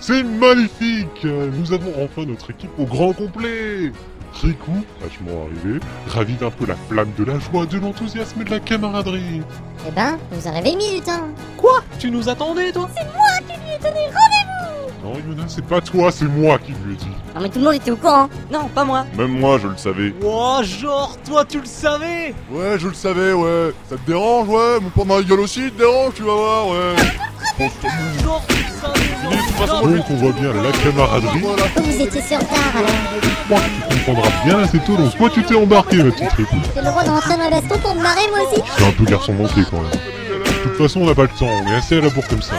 C'est magnifique. Nous avons enfin notre équipe au grand complet. Riku, vachement arrivé, ravive un peu la flamme de la joie, de l'enthousiasme et de la camaraderie. Eh ben, vous en avez mis du temps. Quoi? Tu nous attendais, toi? C'est moi qui lui ai donné rendez-vous. Non, Yuna, c'est pas toi, c'est moi qui lui ai dit. Non mais tout le monde était au courant. Non, pas moi. Même moi, je le savais. Oh, genre, toi, tu le savais? Ouais, je le savais, ouais. Ça te dérange, ouais. Me prendre dans la gueule aussi, il te dérange, tu vas voir, ouais. Genre, tu le savais. Donc on voit bien la camaraderie. Voilà. Vous étiez sur tard alors. Moi, tu comprendras bien assez tôt, donc toi tu t'es embarqué, ma petite Riku. J'ai le droit de rentrer dans la baston pour me marrer moi aussi. C'est un peu garçon manqué quand même. De toute façon, on n'a pas le temps, on est assez à la bourre comme ça.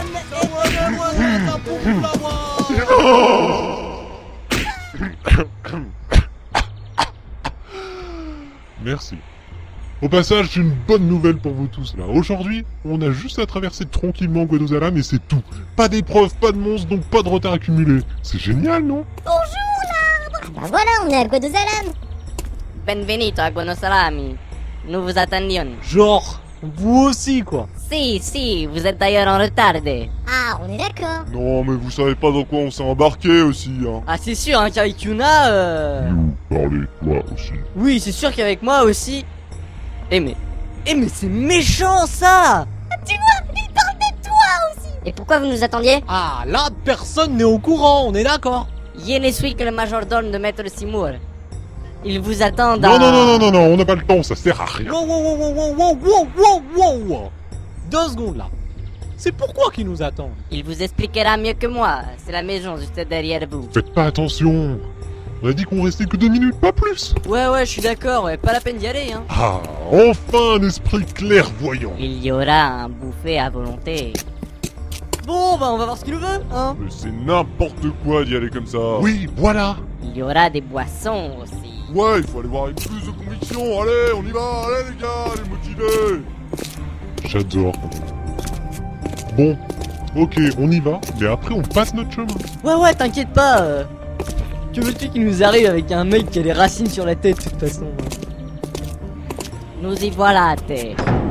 Merci. Au passage, j'ai une bonne nouvelle pour vous tous là. Aujourd'hui, on a juste à traverser tranquillement Guadosalam et c'est tout. Pas d'épreuves, pas de monstres, donc pas de retard accumulé. C'est génial, non? Bah voilà, on est à Guadosalam. Benvenuto a Buenos Salami. Nous vous attendions. Genre, vous aussi, quoi. Si, vous êtes d'ailleurs en retard. Ah, on est d'accord. Non, mais vous savez pas dans quoi on s'est embarqué aussi, hein. Ah, c'est sûr, hein, qu'avec Yuna, Nous, parlez, toi aussi. Oui, c'est sûr qu'avec moi aussi. Mais c'est méchant, ça. Et pourquoi vous nous attendiez? Ah, là, personne n'est au courant, on est d'accord. Je ne suis que le majordome de Maître Simour. Ils vous attendent à... Non, on n'a pas le temps, ça sert à rien. Wow. 2 secondes, là. C'est pourquoi qu'ils nous attendent? Il vous expliquera mieux que moi. C'est la maison juste derrière vous. Faites pas attention. On a dit qu'on restait que 2 minutes, pas plus. Ouais, je suis d'accord, ouais. Pas la peine d'y aller, hein. Ah, enfin un esprit clairvoyant. Il y aura un buffet à volonté. Bon, bah on va voir ce qu'il nous veut, hein. Mais c'est n'importe quoi d'y aller comme ça. Oui, voilà. Il y aura des boissons aussi. Ouais, il faut aller voir avec plus de conviction. Allez, on y va. Allez, les gars, allez motivés. J'adore. Bon, ok, on y va, mais après on passe notre chemin. Ouais, t'inquiète pas. Tu veux-tu qu'il nous arrive avec un mec qui a des racines sur la tête, de toute façon. Nous y voilà, t'es.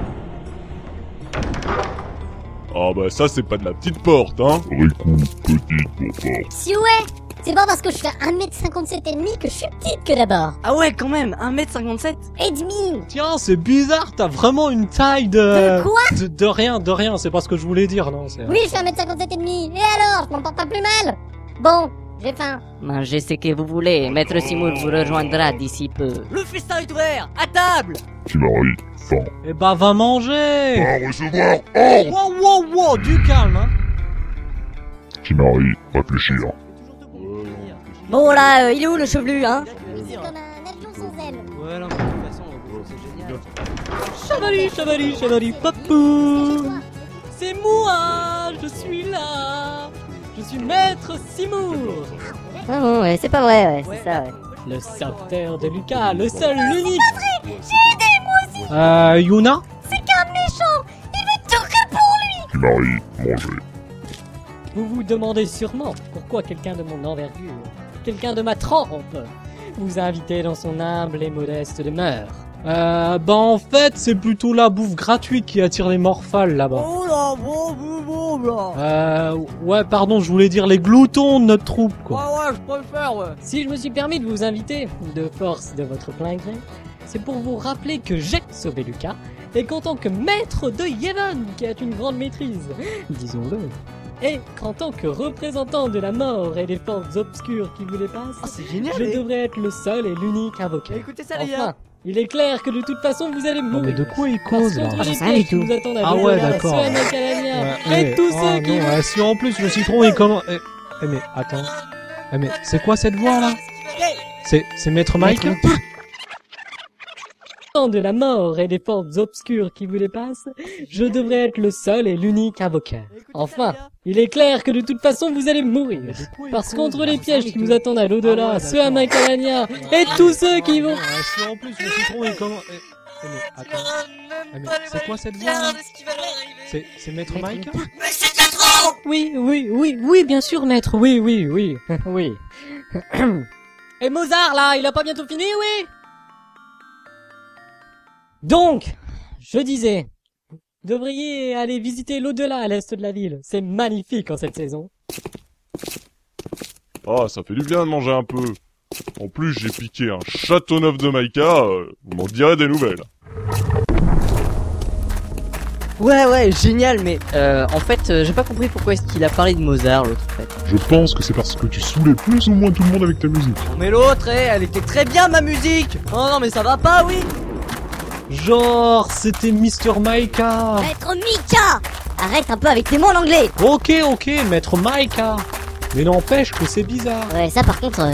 Ah bah ça, c'est pas de la petite porte, hein. Riku, petite pour fort. Si ouais, c'est pas parce que je fais 1m57 et demi que je suis petite que d'abord. Ah ouais, quand même, 1m57. Et demi. Tiens, c'est bizarre, t'as vraiment une taille De quoi? de rien, c'est pas ce que je voulais dire, non, c'est... Oui, je fais 1m57 et demi. Et alors, je m'en porte pas plus mal. Bon, j'ai faim. Mangez ce que vous voulez, Maître Simour vous rejoindra d'ici peu. Le festin est ouvert, à table. Kimari, fort. Eh bah, va manger. Pas recevoir. Oh Wow, du calme, hein. Kimari, réfléchir. Bon là, il est où le chevelu, hein? C'est comme un avion sans aile. Ouais, non, de toute façon, c'est génial. Chavali, papou. C'est moi, je suis là. Je suis Maître Simour. Ah bon, ouais, c'est pas vrai, ouais, c'est ça, ouais. Le sauveteur de Lucas, le seul, l'unique. J'ai Yuna? C'est qu'un méchant. Il veut tout que pour lui. Kimari, manger. Vous vous demandez sûrement pourquoi quelqu'un de mon envergure, quelqu'un de ma trempe, vous a invité dans son humble et modeste demeure. En fait, c'est plutôt la bouffe gratuite qui attire les morphales là-bas. Oh là, Ouais, pardon, je voulais dire les gloutons de notre troupe, quoi. Ouais, je préfère, ouais. Si je me suis permis de vous inviter, de force de votre plein gré, c'est pour vous rappeler que j'ai sauvé Lucas, et qu'en tant que maître de Yevon, qui a une grande maîtrise, disons-le, et qu'en tant que représentant de la mort et des forces obscures qui vous dépassent, C'est génial, je devrais être le seul et l'unique invoqué. Écoutez ça, les Enfin, gars. il est clair que de toute façon vous allez mourir. mais de quoi il Parce cause là contre j'en les sais rien pièges du qui tout. vous attendent à Ah ouais, Vélodar, d'accord. ceux à Macadamia, Ouais, et tous ceux qui... non, si en plus le citron il comment... mais attends. Mais c'est quoi cette voix là? C'est Maître Mike? de la mort et des forces obscures qui vous dépassent, je devrais être le seul et l'unique invoqueur. Enfin, il est clair que de toute façon vous allez mourir. Parce qu'entre les pièges qui vous attendent à l'au-delà, ceux à Macadamia, et tous ceux qui vont... Si en plus le citron il comment... mais attends. Mais c'est quoi cette voix là? C'est Maître Mike? Oui, bien sûr, maître, oui, oui. Et Mozart, là, il a pas bientôt fini, oui? Donc, je disais, vous devriez aller visiter l'au-delà à l'est de la ville. C'est magnifique en cette saison. Ah, ça fait du bien de manger un peu. En plus, j'ai piqué un château neuf de Maïka, vous m'en direz des nouvelles. Ouais, génial, mais en fait, j'ai pas compris pourquoi est-ce qu'il a parlé de Mozart, l'autre, en fait. Je pense que c'est parce que tu saoulais plus ou moins tout le monde avec ta musique. Mais l'autre, elle était très bien, ma musique. Oh non, mais ça va pas, oui. Genre, c'était Mr. Maika. Maître Mika! Arrête un peu avec tes mots en anglais! Ok, maître Maika. Mais n'empêche que c'est bizarre. Ouais, ça par contre,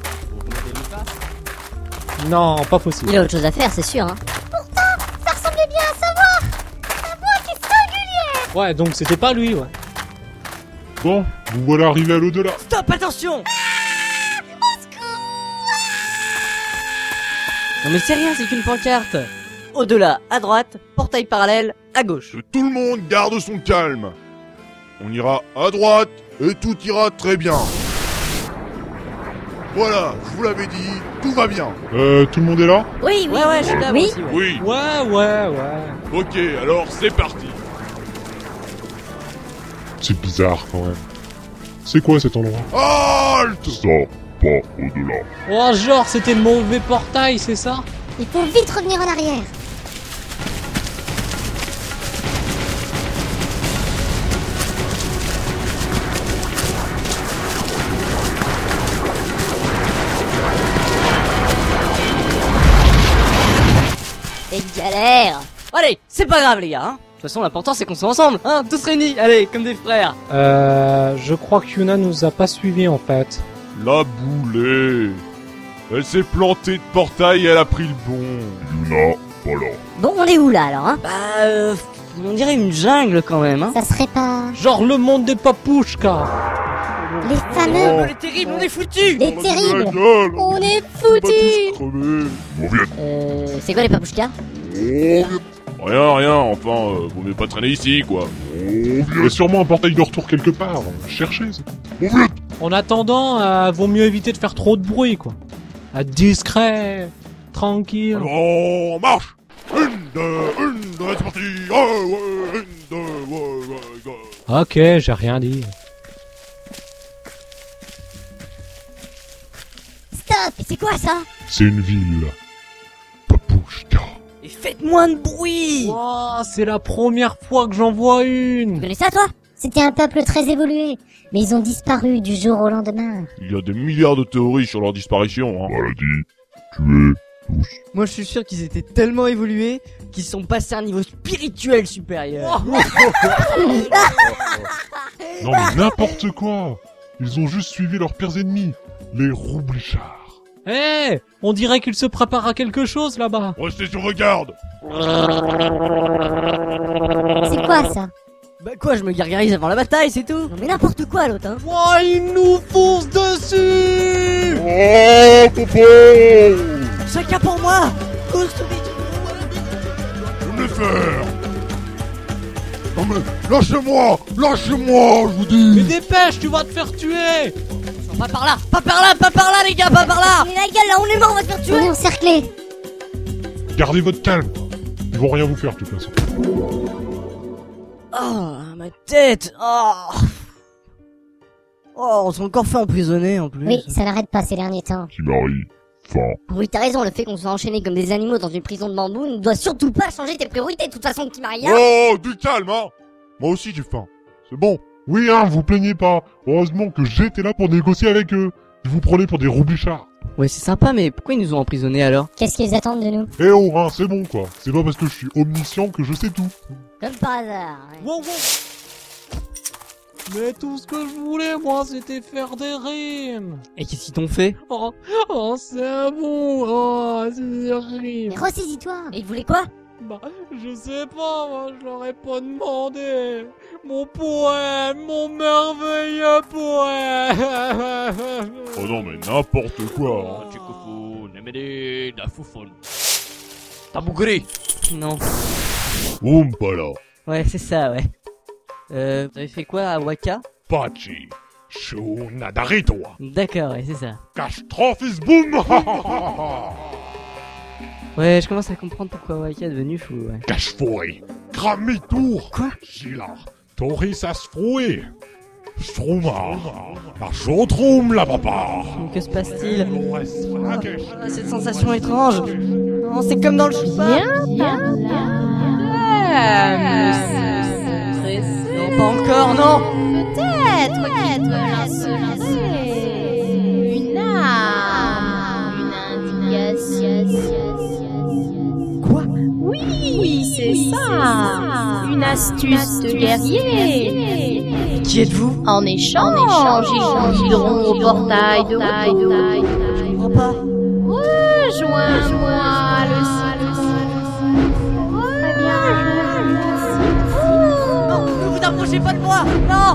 Non, pas possible. il a autre chose à faire, c'est sûr, hein. Ça ressemblait bien à sa voix! Sa voix qui est singulière! Ouais, donc c'était pas lui, ouais. Bon, vous voilà arrivé à l'au-delà. Stop, attention. Non mais c'est rien, c'est qu'une pancarte. Au-delà, à droite, portail parallèle, à gauche. Que tout le monde garde son calme. On ira à droite et tout ira très bien. Voilà, je vous l'avais dit, tout va bien. Tout le monde est là? Oui, oui. Ouais, je suis là, moi Oui. aussi, ouais. Oui. Ouais. Ok, alors c'est parti. C'est bizarre quand même. C'est quoi cet endroit? Halte. Ça, pas au-delà. Oh, genre, c'était le mauvais portail, c'est ça? Il faut vite revenir en arrière. C'est une galère. Allez, c'est pas grave, les gars, hein. De toute façon, l'important, c'est qu'on soit ensemble, hein, tous réunis. Allez, comme des frères. Je crois que Yuna nous a pas suivis, en fait. La boulée. Elle s'est plantée de portail et elle a pris le bon. Yuna, voilà. Bon, on est où là alors, hein? Bah, on dirait une jungle quand même, hein. Ça serait pas... Genre le monde des papouchkas. Les fameux... Oh, les terribles, on est foutus. Les terribles. Gueule, On est on va tous foutus. crever. C'est quoi les papouchkas? Rien, enfin, vous m'avez pas traîné ici, quoi. Il y a sûrement un portail de retour quelque part. Cherchez, c'est... En attendant, vaut mieux éviter de faire trop de bruit, quoi. Discret, tranquille. Alors, on marche. Une, deux, c'est parti. Ouais, une, deux, ouais. Ok, j'ai rien dit. Stop! Et c'est quoi ça? C'est une ville. Papouchka. Et faites moins de bruit. Wow, c'est la première fois que j'en vois Tu une. connais ça toi? C'était un peuple très évolué, mais ils ont disparu du jour au lendemain. Il y a des milliards de théories sur leur disparition, hein. Maladie. Tués. Tous. Moi, je suis sûr qu'ils étaient tellement évolués qu'ils sont passés à un niveau spirituel supérieur. Non mais n'importe quoi. Ils ont juste suivi leurs pires ennemis. Les roublichards. Eh, on dirait qu'il se prépare à quelque chose là-bas. Restez sur vos gardes. C'est quoi ça? Bah quoi, je me gargarise avant la bataille, c'est tout. Non mais n'importe quoi l'autre, hein. Oh, il nous fonce dessus. Oh, Popo. Chacun pour moi. Tous Vous me faire. Non mais, lâchez-moi, je vous Mais dis. dépêche, tu vas te faire tuer. Pas par là, pas par là, pas par là, les gars, pas par là. Mais la gueule là, on est mort, on va se faire tuer. On est encerclés. Gardez votre calme. Ils vont rien vous faire de toute façon. Oh, ma tête. Oh, on s'est encore fait emprisonner en plus. Oui, ça n'arrête pas ces derniers temps. Kimari. Fin. Oui, t'as raison, le fait qu'on soit enchaînés comme des animaux dans une prison de bambou ne doit surtout pas changer tes priorités de toute façon, petit Maria. Oh, du calme, hein. Moi aussi j'ai faim. C'est bon. Oui, hein, vous plaignez pas. Heureusement que j'étais là pour négocier avec eux. Ils vous prenaient pour des roublichards. Ouais, c'est sympa, mais pourquoi ils nous ont emprisonnés alors? Qu'est-ce qu'ils attendent de nous? Eh oh, hein, c'est bon quoi. C'est pas parce que je suis omniscient que je sais tout. Comme par hasard. Ouais. Wow, wow. Mais tout ce que je voulais, moi, c'était faire des rimes. Et qu'est-ce qu'ils t'ont fait? Oh, c'est bon. Oh, c'est des rimes. Mais ressaisis-toi. Et ils voulaient quoi? Bah, je sais pas, moi, je leur ai pas demandé. Mon poème, mon merveilleux poème. Oh non mais n'importe quoi. Hein. Non. Oumpala. Ouais, c'est ça, ouais. Vous avez fait quoi à Waka? Pachi. Shou nadaritoa. D'accord, ouais, c'est ça. Castrophis boom. Ouais, je commence à comprendre pourquoi Waka est devenu fou, ouais. Cashfoué. Kramitour. Quoi? Gilar. Torisas froué. Stroma. L'argentroum, la papa. Mais que se passe-t-il? Ah, Cette sensation étrange. Non, c'est comme dans le chemin. Non, pas encore, non. Peut-être une arme, une indication. Quoi? Oui, c'est ça. Une astuce de guerrier. Qui êtes-vous? En échange, ils iront au portail de retour. Je comprends pas. Rejoins-moi le Non, ne vous approchez pas de moi. Non.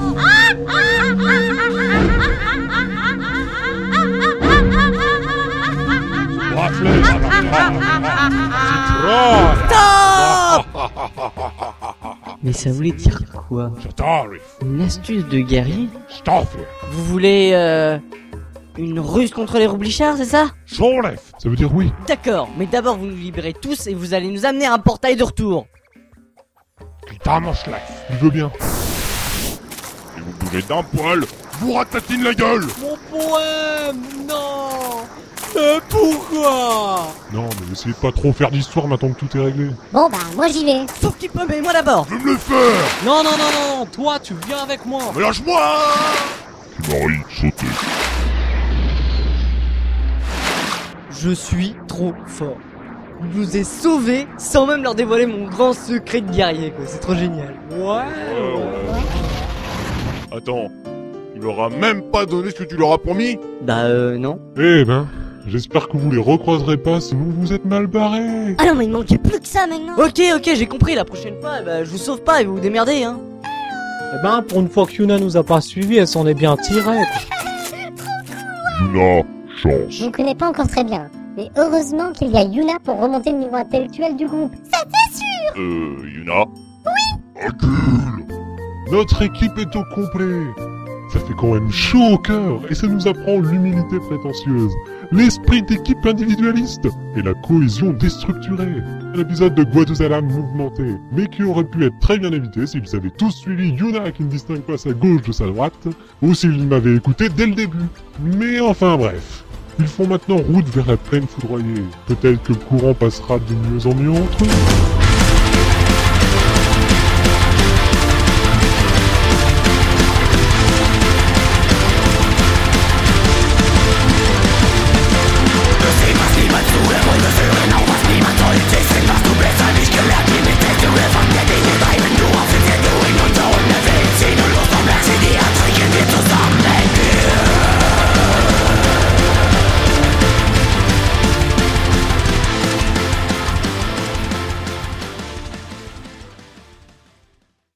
Mais ça voulait dire quoi? Une astuce de guerrier? Vous voulez une ruse contre les roublichards, c'est ça? Ça veut dire oui. D'accord, mais d'abord vous nous libérez tous et vous allez nous amener à un portail de retour. Il veut bien. Et vous bougez d'un poil, vous ratatine la gueule. Mon poème, non. Pourquoi? Non, mais essayez de pas trop faire d'histoire maintenant que tout est réglé. Bon bah, moi j'y vais. Sauf qu'il peut, mais moi d'abord. Je vais me le faire. Non, non, non, non, toi, tu viens avec moi. Mais lâche-moi. Kimari, sautez. Je suis trop fort. Je vous ai sauvés sans même leur dévoiler mon grand secret de guerrier, quoi. C'est trop génial. Ouais. Attends, tu leur as même pas donné ce que tu leur as promis? Bah non. Eh ben, j'espère que vous les recroiserez pas, sinon vous êtes mal barrés. Ah non, mais il manquait plus que ça maintenant. Ok, j'ai compris. La prochaine fois, bah, je vous sauve pas et vous vous démerdez, hein. Eh ben, pour une fois que Yuna nous a pas suivis, elle s'en est bien tirée. Yuna, chance. Je vous connais pas encore très bien, mais heureusement qu'il y a Yuna pour remonter le niveau intellectuel du groupe. Yuna? Notre équipe est au complet. Ça fait quand même chaud au cœur, et ça nous apprend l'humilité prétentieuse, l'esprit d'équipe individualiste, et la cohésion déstructurée. Un épisode de Guadosalam mouvementé, mais qui aurait pu être très bien évité s'ils avaient tous suivi Yuna qui ne distingue pas sa gauche de sa droite, ou s'ils m'avaient écouté dès le début. Mais enfin bref. Ils font maintenant route vers la plaine foudroyée. Peut-être que le courant passera de mieux en mieux entre eux.